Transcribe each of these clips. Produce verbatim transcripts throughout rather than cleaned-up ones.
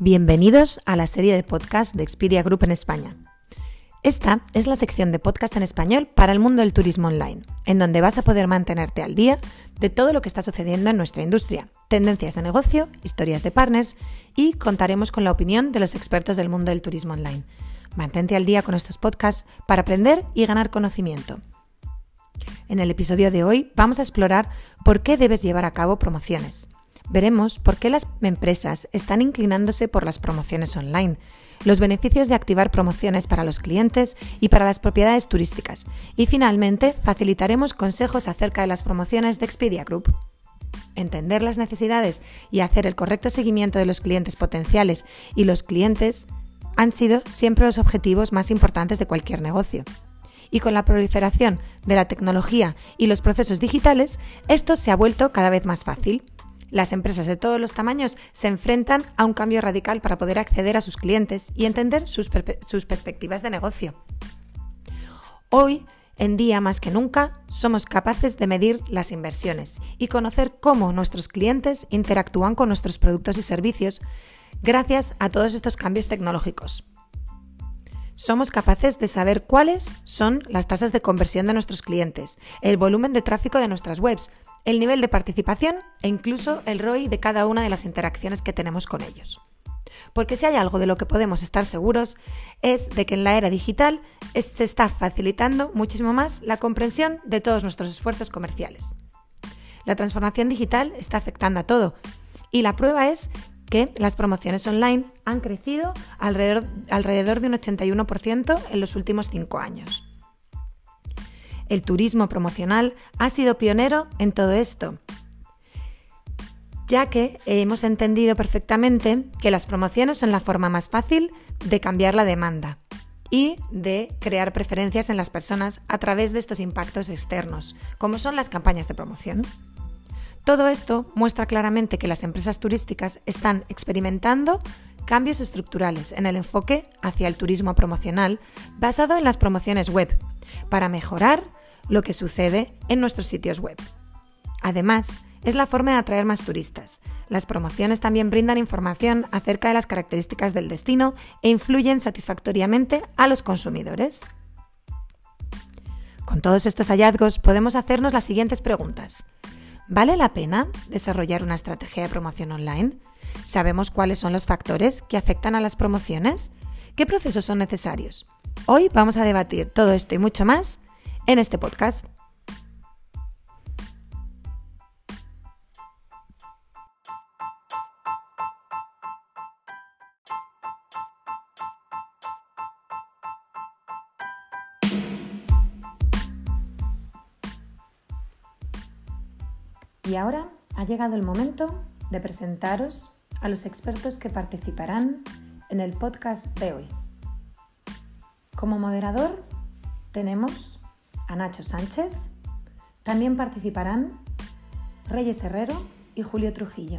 Bienvenidos a la serie de podcast de Expedia Group en España. Esta es la sección de podcast en español para el mundo del turismo online, en donde vas a poder mantenerte al día de todo lo que está sucediendo en nuestra industria, tendencias de negocio, historias de partners y contaremos con la opinión de los expertos del mundo del turismo online. Mantente al día con estos podcasts para aprender y ganar conocimiento. En el episodio de hoy vamos a explorar por qué debes llevar a cabo promociones. Veremos por qué las empresas están inclinándose por las promociones online, los beneficios de activar promociones para los clientes y para las propiedades turísticas, y finalmente facilitaremos consejos acerca de las promociones de Expedia Group. Entender las necesidades y hacer el correcto seguimiento de los clientes potenciales y los clientes han sido siempre los objetivos más importantes de cualquier negocio. Y con la proliferación de la tecnología y los procesos digitales, esto se ha vuelto cada vez más fácil. Las empresas de todos los tamaños se enfrentan a un cambio radical para poder acceder a sus clientes y entender sus, per- sus perspectivas de negocio. Hoy en día, más que nunca, somos capaces de medir las inversiones y conocer cómo nuestros clientes interactúan con nuestros productos y servicios gracias a todos estos cambios tecnológicos. Somos capaces de saber cuáles son las tasas de conversión de nuestros clientes, el volumen de tráfico de nuestras webs, el nivel de participación e incluso el R O I de cada una de las interacciones que tenemos con ellos. Porque si hay algo de lo que podemos estar seguros es de que en la era digital es, se está facilitando muchísimo más la comprensión de todos nuestros esfuerzos comerciales. La transformación digital está afectando a todo y la prueba es que las promociones online han crecido alrededor, alrededor de un ochenta y uno por ciento en los últimos cinco años. El turismo promocional ha sido pionero en todo esto, ya que hemos entendido perfectamente que las promociones son la forma más fácil de cambiar la demanda y de crear preferencias en las personas a través de estos impactos externos, como son las campañas de promoción. Todo esto muestra claramente que las empresas turísticas están experimentando cambios estructurales en el enfoque hacia el turismo promocional basado en las promociones web, para mejorar lo que sucede en nuestros sitios web. Además, es la forma de atraer más turistas. Las promociones también brindan información acerca de las características del destino e influyen satisfactoriamente a los consumidores. Con todos estos hallazgos podemos hacernos las siguientes preguntas. ¿Vale la pena desarrollar una estrategia de promoción online? ¿Sabemos cuáles son los factores que afectan a las promociones? ¿Qué procesos son necesarios? Hoy vamos a debatir todo esto y mucho más en este podcast. Y ahora ha llegado el momento de presentaros a los expertos que participarán en el podcast de hoy. Como moderador tenemos a Nacho Sánchez, también participarán Reyes Herrero y Julio Trujillo.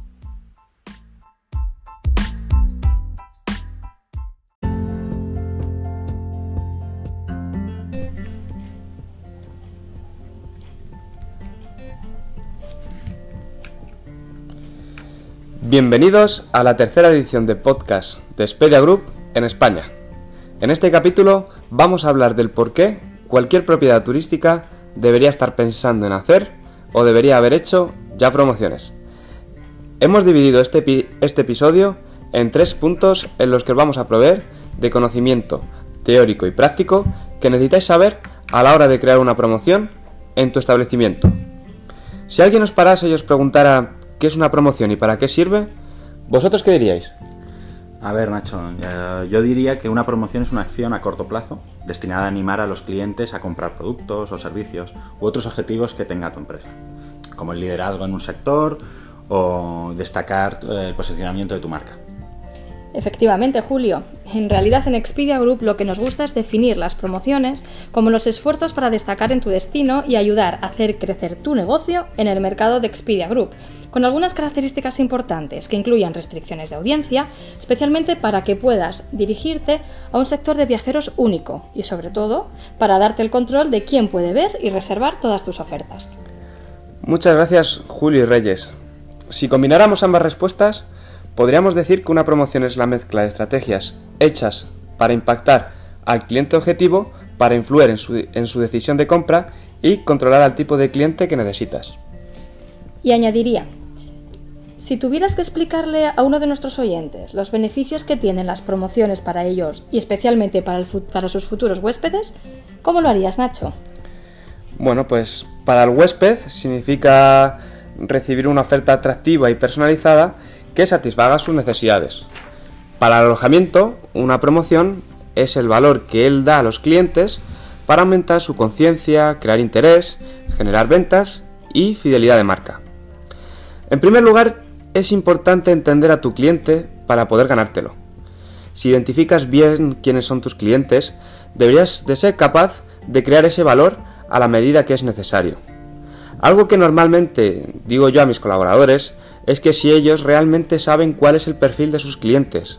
Bienvenidos a la tercera edición de podcast de Expedia Group en España. En este capítulo vamos a hablar del por qué cualquier propiedad turística debería estar pensando en hacer o debería haber hecho ya promociones. Hemos dividido este, epi- este episodio en tres puntos en los que os vamos a proveer de conocimiento teórico y práctico que necesitáis saber a la hora de crear una promoción en tu establecimiento. Si alguien os parase y os preguntara ¿qué es una promoción y para qué sirve? ¿Vosotros qué diríais? A ver, Nacho, eh, yo diría que una promoción es una acción a corto plazo destinada a animar a los clientes a comprar productos o servicios u otros objetivos que tenga tu empresa, como el liderazgo en un sector o destacar eh, el posicionamiento de tu marca. Efectivamente, Julio. En realidad en Expedia Group lo que nos gusta es definir las promociones como los esfuerzos para destacar en tu destino y ayudar a hacer crecer tu negocio en el mercado de Expedia Group, con algunas características importantes que incluyan restricciones de audiencia, especialmente para que puedas dirigirte a un sector de viajeros único y sobre todo para darte el control de quién puede ver y reservar todas tus ofertas. Muchas gracias, Julio y Reyes. Si combináramos ambas respuestas, Podríamos decir que una promoción es la mezcla de estrategias hechas para impactar al cliente objetivo, para influir en su, en su decisión de compra y controlar al tipo de cliente que necesitas. Y añadiría, si tuvieras que explicarle a uno de nuestros oyentes los beneficios que tienen las promociones para ellos y especialmente para, el, para sus futuros huéspedes, ¿cómo lo harías, Nacho? Bueno, pues para el huésped significa recibir una oferta atractiva y personalizada que satisfaga sus necesidades. Para el alojamiento, una promoción es el valor que él da a los clientes para aumentar su conciencia, crear interés, generar ventas y fidelidad de marca. En primer lugar, es importante entender a tu cliente para poder ganártelo. Si identificas bien quiénes son tus clientes, deberías de ser capaz de crear ese valor a la medida que es necesario. Algo que normalmente digo yo a mis colaboradores es que si ellos realmente saben cuál es el perfil de sus clientes.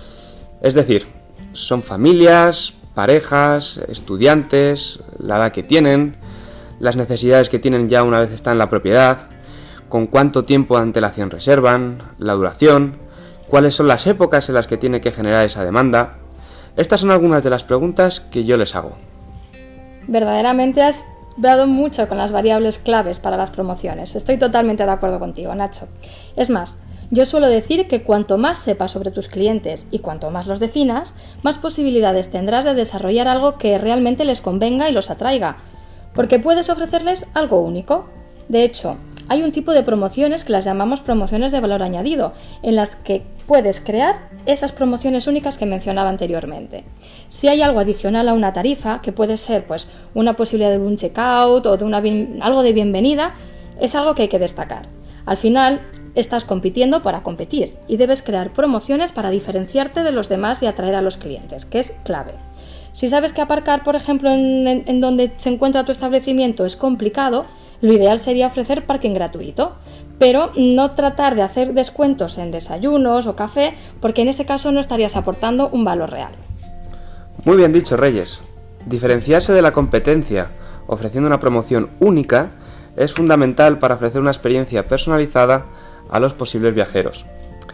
Es decir, son familias, parejas, estudiantes, la edad que tienen, las necesidades que tienen ya una vez están en la propiedad, con cuánto tiempo de antelación reservan, la duración, cuáles son las épocas en las que tiene que generar esa demanda. Estas son algunas de las preguntas que yo les hago. Verdaderamente has dado mucho con las variables claves para las promociones. Estoy totalmente de acuerdo contigo, Nacho. Es más, yo suelo decir que cuanto más sepas sobre tus clientes y cuanto más los definas, más posibilidades tendrás de desarrollar algo que realmente les convenga y los atraiga, porque puedes ofrecerles algo único. De hecho, hay un tipo de promociones que las llamamos promociones de valor añadido, en las que puedes crear esas promociones únicas que mencionaba anteriormente. Si hay algo adicional a una tarifa, que puede ser pues una posibilidad de un checkout o de una bien, algo de bienvenida, es algo que hay que destacar. Al final, estás compitiendo para competir y debes crear promociones para diferenciarte de los demás y atraer a los clientes, que es clave. Si sabes que aparcar, por ejemplo, en, en, en donde se encuentra tu establecimiento es complicado, lo ideal sería ofrecer parking gratuito, pero no tratar de hacer descuentos en desayunos o café, porque en ese caso no estarías aportando un valor real. Muy bien dicho, Reyes. Diferenciarse de la competencia ofreciendo una promoción única es fundamental para ofrecer una experiencia personalizada a los posibles viajeros.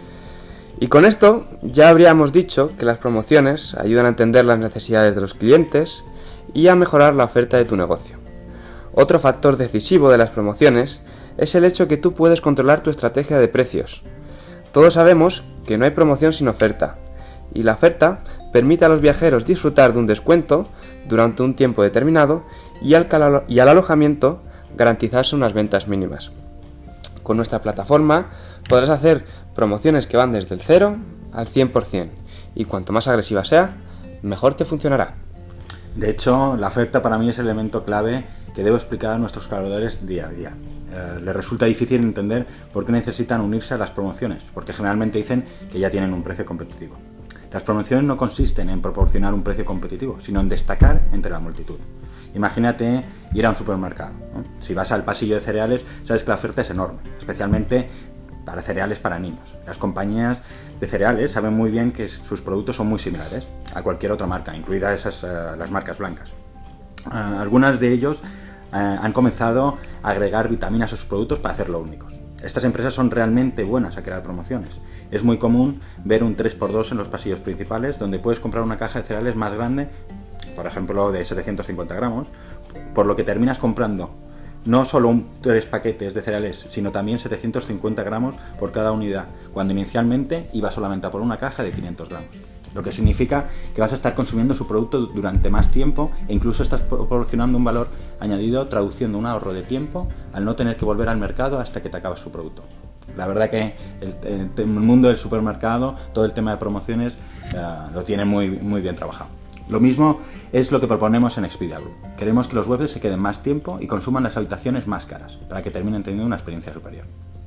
Y con esto ya habríamos dicho que las promociones ayudan a entender las necesidades de los clientes y a mejorar la oferta de tu negocio. Otro factor decisivo de las promociones es el hecho que tú puedes controlar tu estrategia de precios. Todos sabemos que no hay promoción sin oferta, y la oferta permite a los viajeros disfrutar de un descuento durante un tiempo determinado y al, cal- y al alojamiento garantizarse unas ventas mínimas. Con nuestra plataforma podrás hacer promociones que van desde el cero al cien por ciento, y cuanto más agresiva sea, mejor te funcionará. De hecho, la oferta para mí es el elemento clave que debo explicar a nuestros colaboradores día a día. Eh, les resulta difícil entender por qué necesitan unirse a las promociones, porque generalmente dicen que ya tienen un precio competitivo. Las promociones no consisten en proporcionar un precio competitivo, sino en destacar entre la multitud. Imagínate ir a un supermercado, ¿no? Si vas al pasillo de cereales, sabes que la oferta es enorme, especialmente para cereales para niños. Las compañías de cereales saben muy bien que sus productos son muy similares a cualquier otra marca, incluidas esas, uh, las marcas blancas. Uh, algunas de ellos uh, han comenzado a agregar vitaminas a sus productos para hacerlo únicos. Estas empresas son realmente buenas a crear promociones. Es muy común ver un tres por dos en los pasillos principales, donde puedes comprar una caja de cereales más grande, por ejemplo de setecientos cincuenta gramos, por lo que terminas comprando no solo un, tres paquetes de cereales, sino también setecientos cincuenta gramos por cada unidad, cuando inicialmente iba solamente a por una caja de quinientos gramos. Lo que significa que vas a estar consumiendo su producto durante más tiempo e incluso estás proporcionando un valor añadido, traduciendo un ahorro de tiempo al no tener que volver al mercado hasta que te acabas su producto. La verdad que el, el, el mundo del supermercado, todo el tema de promociones, uh, lo tiene muy, muy bien trabajado. Lo mismo es lo que proponemos en Expedia Group. Queremos que los huéspedes se queden más tiempo y consuman las habitaciones más caras, para que terminen teniendo una experiencia superior.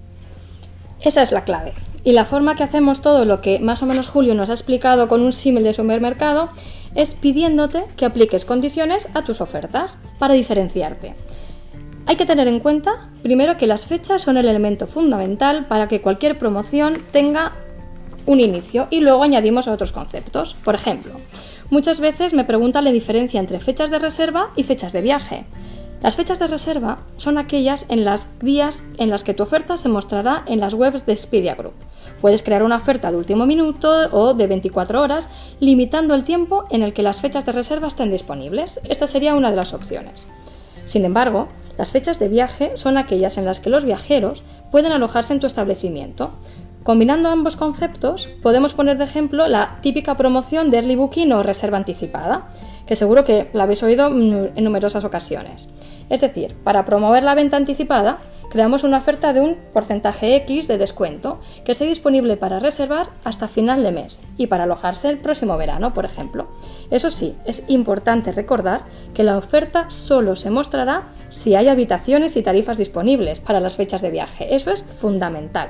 Esa es la clave. Y la forma que hacemos todo lo que más o menos Julio nos ha explicado con un símil de supermercado es pidiéndote que apliques condiciones a tus ofertas para diferenciarte. Hay que tener en cuenta, primero, que las fechas son el elemento fundamental para que cualquier promoción tenga un inicio y luego añadimos otros conceptos. Por ejemplo, muchas veces me preguntan la diferencia entre fechas de reserva y fechas de viaje. Las fechas de reserva son aquellas en las días en las que tu oferta se mostrará en las webs de Expedia Group. Puedes crear una oferta de último minuto o de veinticuatro horas, limitando el tiempo en el que las fechas de reserva estén disponibles. Esta sería una de las opciones. Sin embargo, las fechas de viaje son aquellas en las que los viajeros pueden alojarse en tu establecimiento. Combinando ambos conceptos, podemos poner de ejemplo la típica promoción de Early Booking o reserva anticipada, que seguro que la habéis oído en numerosas ocasiones. Es decir, para promover la venta anticipada, creamos una oferta de un porcentaje X de descuento que esté disponible para reservar hasta final de mes y para alojarse el próximo verano, por ejemplo. Eso sí, es importante recordar que la oferta solo se mostrará si hay habitaciones y tarifas disponibles para las fechas de viaje. Eso es fundamental.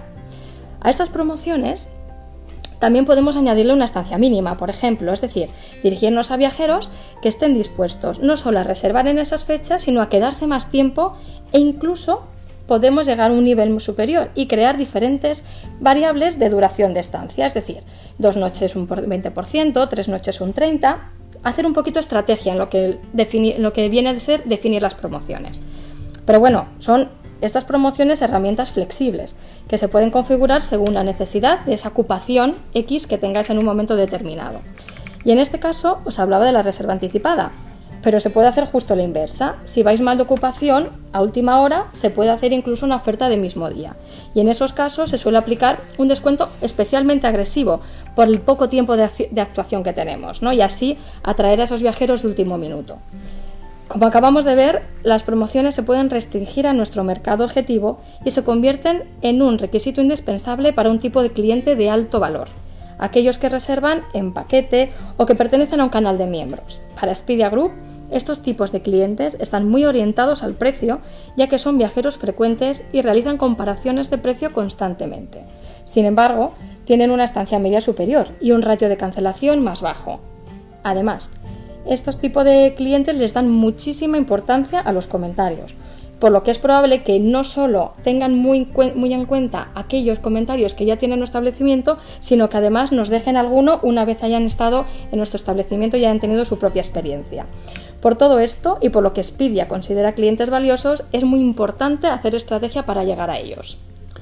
A estas promociones también podemos añadirle una estancia mínima, por ejemplo, es decir, dirigirnos a viajeros que estén dispuestos no solo a reservar en esas fechas, sino a quedarse más tiempo e incluso podemos llegar a un nivel superior y crear diferentes variables de duración de estancia, es decir, dos noches un veinte por ciento, tres noches un treinta por ciento, hacer un poquito de estrategia en lo que, defini- lo que viene a ser definir las promociones. Pero bueno, son estas promociones herramientas flexibles que se pueden configurar según la necesidad de esa ocupación X que tengáis en un momento determinado. Y en este caso os hablaba de la reserva anticipada, pero se puede hacer justo la inversa. Si vais mal de ocupación, a última hora se puede hacer incluso una oferta de mismo día. Y en esos casos se suele aplicar un descuento especialmente agresivo por el poco tiempo de, ac- de actuación que tenemos, ¿no? Y así atraer a esos viajeros de último minuto. Como acabamos de ver, las promociones se pueden restringir a nuestro mercado objetivo y se convierten en un requisito indispensable para un tipo de cliente de alto valor, aquellos que reservan en paquete o que pertenecen a un canal de miembros. Para Expedia Group, estos tipos de clientes están muy orientados al precio, ya que son viajeros frecuentes y realizan comparaciones de precio constantemente. Sin embargo, tienen una estancia media superior y un ratio de cancelación más bajo. Además, estos tipos de clientes les dan muchísima importancia a los comentarios, por lo que es probable que no solo tengan muy, muy en cuenta aquellos comentarios que ya tienen nuestro establecimiento, sino que además nos dejen alguno una vez hayan estado en nuestro establecimiento y hayan tenido su propia experiencia. Por todo esto, y por lo que Expedia considera clientes valiosos, es muy importante hacer estrategia para llegar a ellos.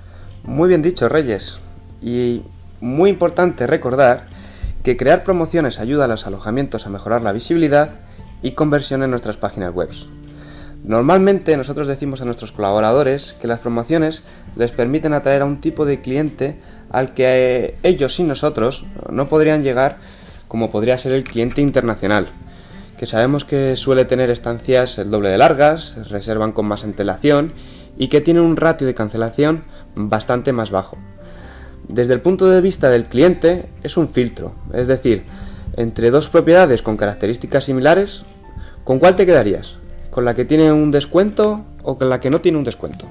Muy bien dicho, Reyes. Y muy importante recordar que crear promociones ayuda a los alojamientos a mejorar la visibilidad y conversión en nuestras páginas web. Normalmente nosotros decimos a nuestros colaboradores que las promociones les permiten atraer a un tipo de cliente al que ellos sin nosotros no podrían llegar, como podría ser el cliente internacional, que sabemos que suele tener estancias el doble de largas, reservan con más antelación y que tienen un ratio de cancelación bastante más bajo. Desde el punto de vista del cliente es un filtro, es decir, entre dos propiedades con características similares, ¿con cuál te quedarías? ¿Con la que tiene un descuento o con la que no tiene un descuento?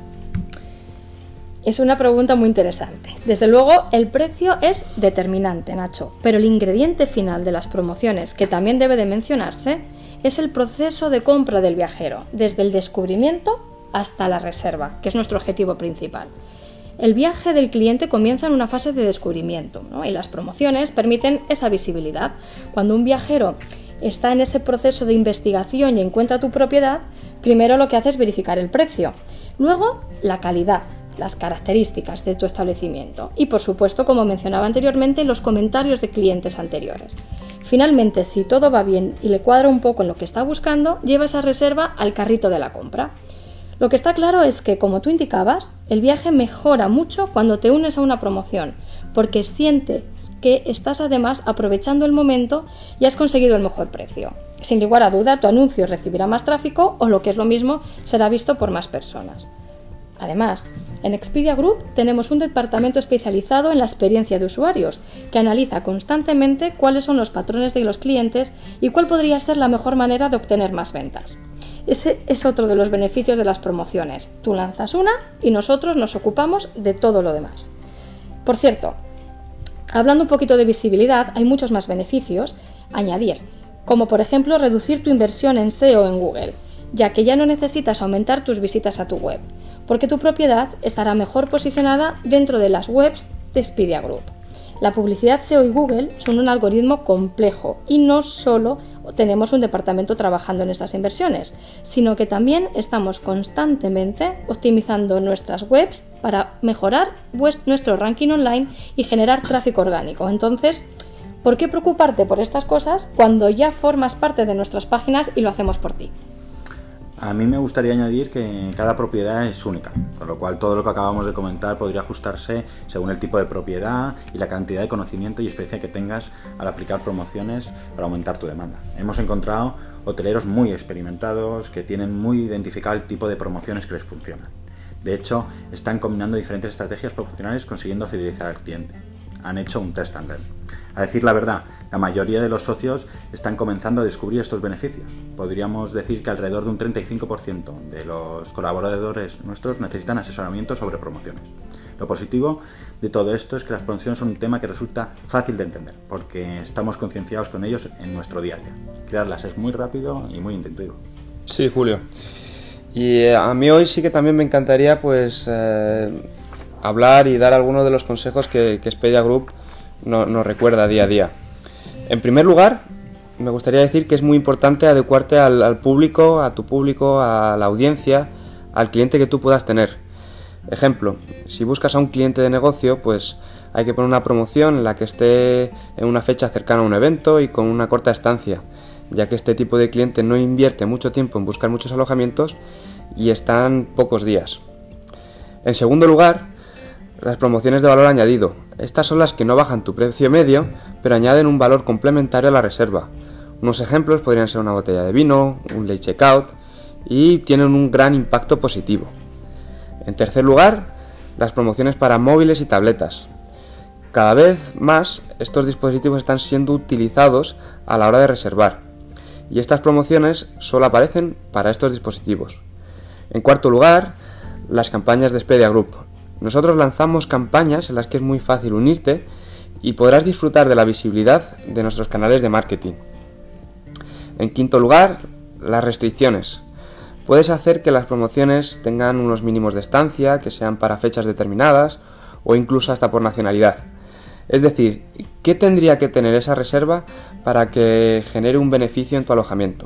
Es una pregunta muy interesante. Desde luego, el precio es determinante, Nacho, pero el ingrediente final de las promociones, que también debe de mencionarse, es el proceso de compra del viajero, desde el descubrimiento hasta la reserva, que es nuestro objetivo principal. El viaje del cliente comienza en una fase de descubrimiento, ¿no? Y las promociones permiten esa visibilidad. Cuando un viajero está en ese proceso de investigación y encuentra tu propiedad, primero lo que hace es verificar el precio, luego la calidad, las características de tu establecimiento y, por supuesto, como mencionaba anteriormente, los comentarios de clientes anteriores. Finalmente, si todo va bien y le cuadra un poco en lo que está buscando, lleva esa reserva al carrito de la compra. Lo que está claro es que, como tú indicabas, el viaje mejora mucho cuando te unes a una promoción, porque sientes que estás además aprovechando el momento y has conseguido el mejor precio. Sin lugar a duda, tu anuncio recibirá más tráfico o, lo que es lo mismo, será visto por más personas. Además, en Expedia Group tenemos un departamento especializado en la experiencia de usuarios, que analiza constantemente cuáles son los patrones de los clientes y cuál podría ser la mejor manera de obtener más ventas. Ese es otro de los beneficios de las promociones. Tú lanzas una y nosotros nos ocupamos de todo lo demás. Por cierto, hablando un poquito de visibilidad, hay muchos más beneficios a añadir, como por ejemplo reducir tu inversión en S E O en Google, ya que ya no necesitas aumentar tus visitas a tu web, porque tu propiedad estará mejor posicionada dentro de las webs de Expedia Group. La publicidad S E O y Google son un algoritmo complejo y no solo tenemos un departamento trabajando en estas inversiones, sino que también estamos constantemente optimizando nuestras webs para mejorar nuestro ranking online y generar tráfico orgánico. Entonces, ¿por qué preocuparte por estas cosas cuando ya formas parte de nuestras páginas y lo hacemos por ti? A mí me gustaría añadir que cada propiedad es única, con lo cual todo lo que acabamos de comentar podría ajustarse según el tipo de propiedad y la cantidad de conocimiento y experiencia que tengas al aplicar promociones para aumentar tu demanda. Hemos encontrado hoteleros muy experimentados que tienen muy identificado el tipo de promociones que les funcionan. De hecho, están combinando diferentes estrategias promocionales consiguiendo fidelizar al cliente. Han hecho un test and learn. A decir la verdad, la mayoría de los socios están comenzando a descubrir estos beneficios. Podríamos decir que alrededor de un treinta y cinco por ciento de los colaboradores nuestros necesitan asesoramiento sobre promociones. Lo positivo de todo esto es que las promociones son un tema que resulta fácil de entender, porque estamos concienciados con ellos en nuestro día a día. Crearlas es muy rápido y muy intuitivo. Sí, Julio. Y eh, a mí hoy sí que también me encantaría pues eh, hablar y dar algunos de los consejos que, que Expedia Group no, nos recuerda día a día. En primer lugar, me gustaría decir que es muy importante adecuarte al, al público, a tu público, a la audiencia, al cliente que tú puedas tener. Ejemplo, si buscas a un cliente de negocio, pues hay que poner una promoción en la que esté en una fecha cercana a un evento y con una corta estancia, ya que este tipo de cliente no invierte mucho tiempo en buscar muchos alojamientos y están pocos días. En segundo lugar, las promociones de valor añadido. Estas son las que no bajan tu precio medio, pero añaden un valor complementario a la reserva. Unos ejemplos podrían ser una botella de vino, un late checkout, y tienen un gran impacto positivo. En tercer lugar, las promociones para móviles y tabletas. Cada vez más estos dispositivos están siendo utilizados a la hora de reservar, y estas promociones solo aparecen para estos dispositivos. En cuarto lugar, las campañas de Expedia Group. Nosotros lanzamos campañas en las que es muy fácil unirte y podrás disfrutar de la visibilidad de nuestros canales de marketing. En quinto lugar, las restricciones. Puedes hacer que las promociones tengan unos mínimos de estancia, que sean para fechas determinadas o incluso hasta por nacionalidad. Es decir, ¿qué tendría que tener esa reserva para que genere un beneficio en tu alojamiento?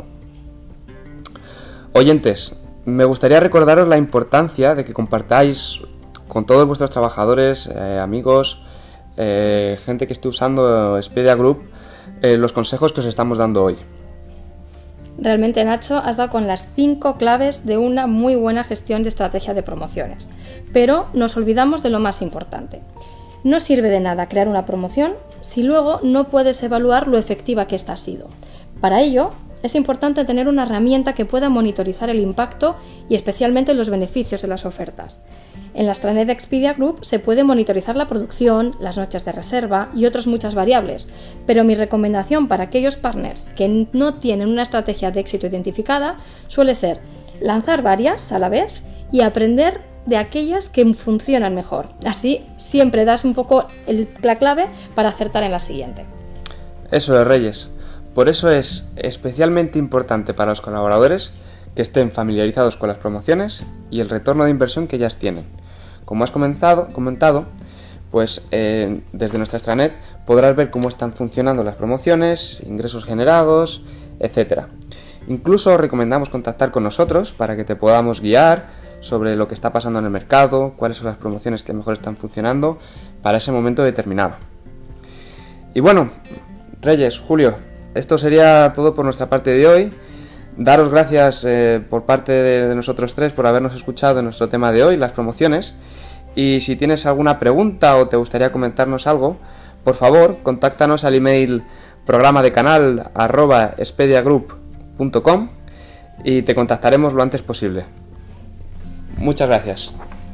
Oyentes, me gustaría recordaros la importancia de que compartáis con todos vuestros trabajadores, eh, amigos, eh, gente que esté usando Expedia Group, eh, los consejos que os estamos dando hoy. Realmente, Nacho, has dado con las cinco claves de una muy buena gestión de estrategia de promociones. Pero nos olvidamos de lo más importante. No sirve de nada crear una promoción si luego no puedes evaluar lo efectiva que ésta ha sido. Para ello, es importante tener una herramienta que pueda monitorizar el impacto y especialmente los beneficios de las ofertas. En la extranet de Expedia Group se puede monitorizar la producción, las noches de reserva y otras muchas variables, pero mi recomendación para aquellos partners que no tienen una estrategia de éxito identificada suele ser lanzar varias a la vez y aprender de aquellas que funcionan mejor. Así siempre das un poco el, la clave para acertar en la siguiente. Eso es, Reyes. Por eso es especialmente importante para los colaboradores que estén familiarizados con las promociones y el retorno de inversión que ellas tienen. Como has comentado, comentado pues eh, desde nuestra extranet podrás ver cómo están funcionando las promociones, ingresos generados, etcétera. Incluso recomendamos contactar con nosotros para que te podamos guiar sobre lo que está pasando en el mercado, cuáles son las promociones que mejor están funcionando para ese momento determinado. Y bueno, Reyes, Julio, esto sería todo por nuestra parte de hoy. Daros gracias eh, por parte de, de nosotros tres por habernos escuchado en nuestro tema de hoy, las promociones. Y si tienes alguna pregunta o te gustaría comentarnos algo, por favor, contáctanos al email programa de canal arroba expediagroup punto com y te contactaremos lo antes posible. Muchas gracias.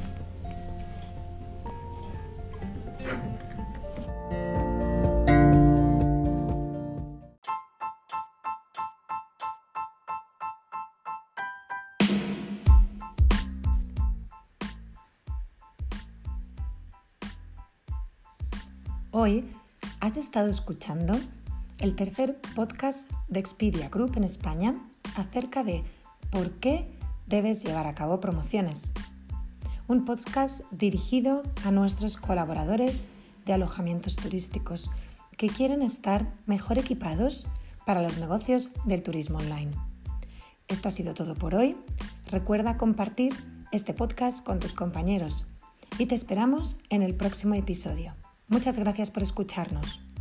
Hoy has estado escuchando el tercer podcast de Expedia Group en España acerca de por qué debes llevar a cabo promociones. Un podcast dirigido a nuestros colaboradores de alojamientos turísticos que quieren estar mejor equipados para los negocios del turismo online. Esto ha sido todo por hoy. Recuerda compartir este podcast con tus compañeros y te esperamos en el próximo episodio. Muchas gracias por escucharnos.